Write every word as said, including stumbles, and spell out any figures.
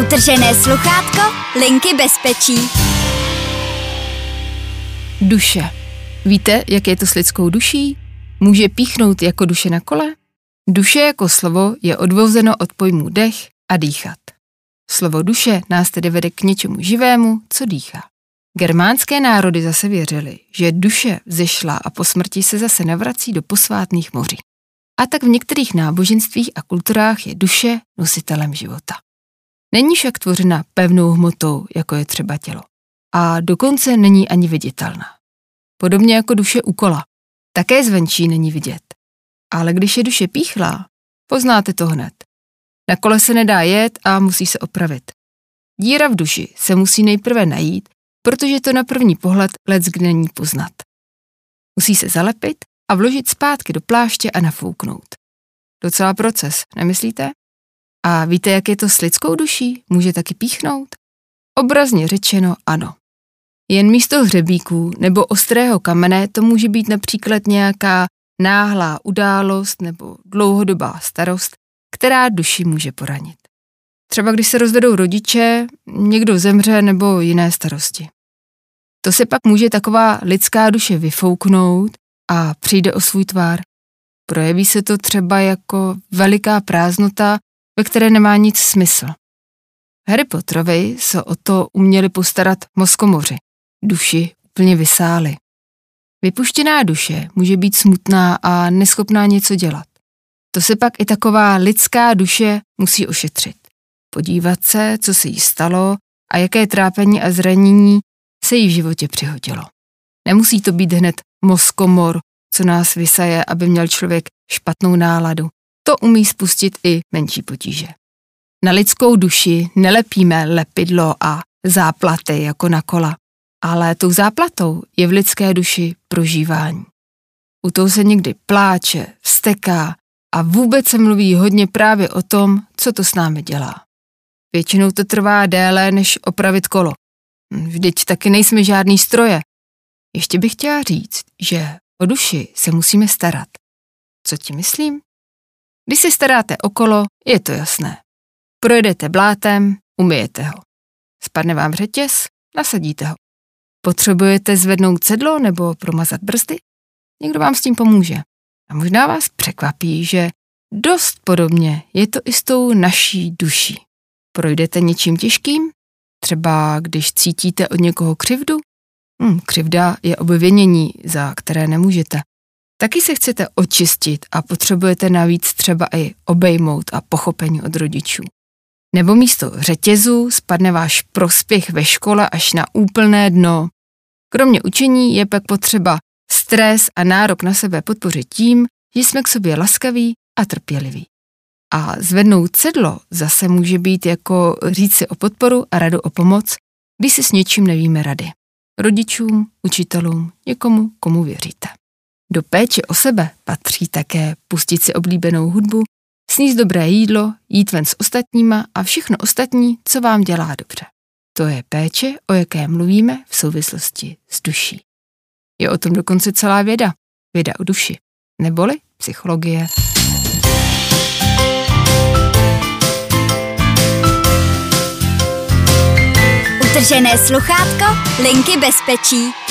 Utržené sluchátko linky bezpečí. Duše. Víte, jak je to s lidskou duší? Může píchnout jako duše na kole? Duše jako slovo je odvozeno od pojmů dech a dýchat. Slovo duše nás tedy vede k něčemu živému, co dýchá. Germánské národy zase věřily, že duše vzešla a po smrti se zase navrací do posvátných moří. A tak v některých náboženstvích a kulturách je duše nositelem života. Není však tvořena pevnou hmotou, jako je třeba tělo. A dokonce není ani viditelná. Podobně jako duše u kola. Také zvenčí není vidět. Ale když je duše píchlá, poznáte to hned. Na kole se nedá jet a musí se opravit. Díra v duši se musí nejprve najít, protože to na první pohled leckdy není poznat. Musí se zalepit a vložit zpátky do pláště a nafouknout. Docela proces, nemyslíte? A víte, jak je to s lidskou duší? Může taky píchnout? Obrazně řečeno ano. Jen místo hřebíků nebo ostrého kamene to může být například nějaká náhlá událost nebo dlouhodobá starost, která duši může poranit. Třeba když se rozvedou rodiče, někdo zemře nebo jiné starosti. To se pak může taková lidská duše vyfouknout a přijde o svůj tvar. Projeví se to třeba jako veliká prázdnota, ve které nemá nic smysl. Harry Potterovi se o to uměli postarat mozkomoři. Duši úplně vysáli. Vypuštěná duše může být smutná a neschopná něco dělat. To se pak i taková lidská duše musí ošetřit. Podívat se, co se jí stalo a jaké trápení a zranění se jí v životě přihodilo. Nemusí to být hned mozkomor, co nás vysaje, aby měl člověk špatnou náladu. To umí spustit i menší potíže. Na lidskou duši nelepíme lepidlo a záplaty jako na kola, ale tou záplatou je v lidské duši prožívání. U toho se někdy pláče, vzteká a vůbec se mluví hodně právě o tom, co to s námi dělá. Většinou to trvá déle, než opravit kolo. Vždyť taky nejsme žádný stroje. Ještě bych chtěla říct, že o duši se musíme starat. Co ti myslím? Když si staráte o kolo, je to jasné. Projedete blátem, umyjete ho. Spadne vám řetěz, nasadíte ho. Potřebujete zvednout sedlo nebo promazat brzdy? Někdo vám s tím pomůže. A možná vás překvapí, že dost podobně je to i s tou naší duší. Projdete něčím těžkým? Třeba když cítíte od někoho křivdu? Hm, křivda je obvinění, za které nemůžete. Taky se chcete očistit a potřebujete navíc třeba i obejmout a pochopení od rodičů. Nebo místo řetězu spadne váš prospěch ve škole až na úplné dno. Kromě učení je pak potřeba stres a nárok na sebe podpořit tím, že jsme k sobě laskaví a trpěliví. A zvednout sedlo zase může být jako říct si o podporu a radu o pomoc, když si s něčím nevíme rady. Rodičům, učitelům, někomu, komu věříte. Do péče o sebe patří také pustit si oblíbenou hudbu, sníst dobré jídlo, jít ven s ostatníma a všechno ostatní, co vám dělá dobře. To je péče, o jaké mluvíme v souvislosti s duší. Je o tom dokonce celá věda. Věda o duši. Neboli psychologie. Utržené sluchátko linky bezpečí.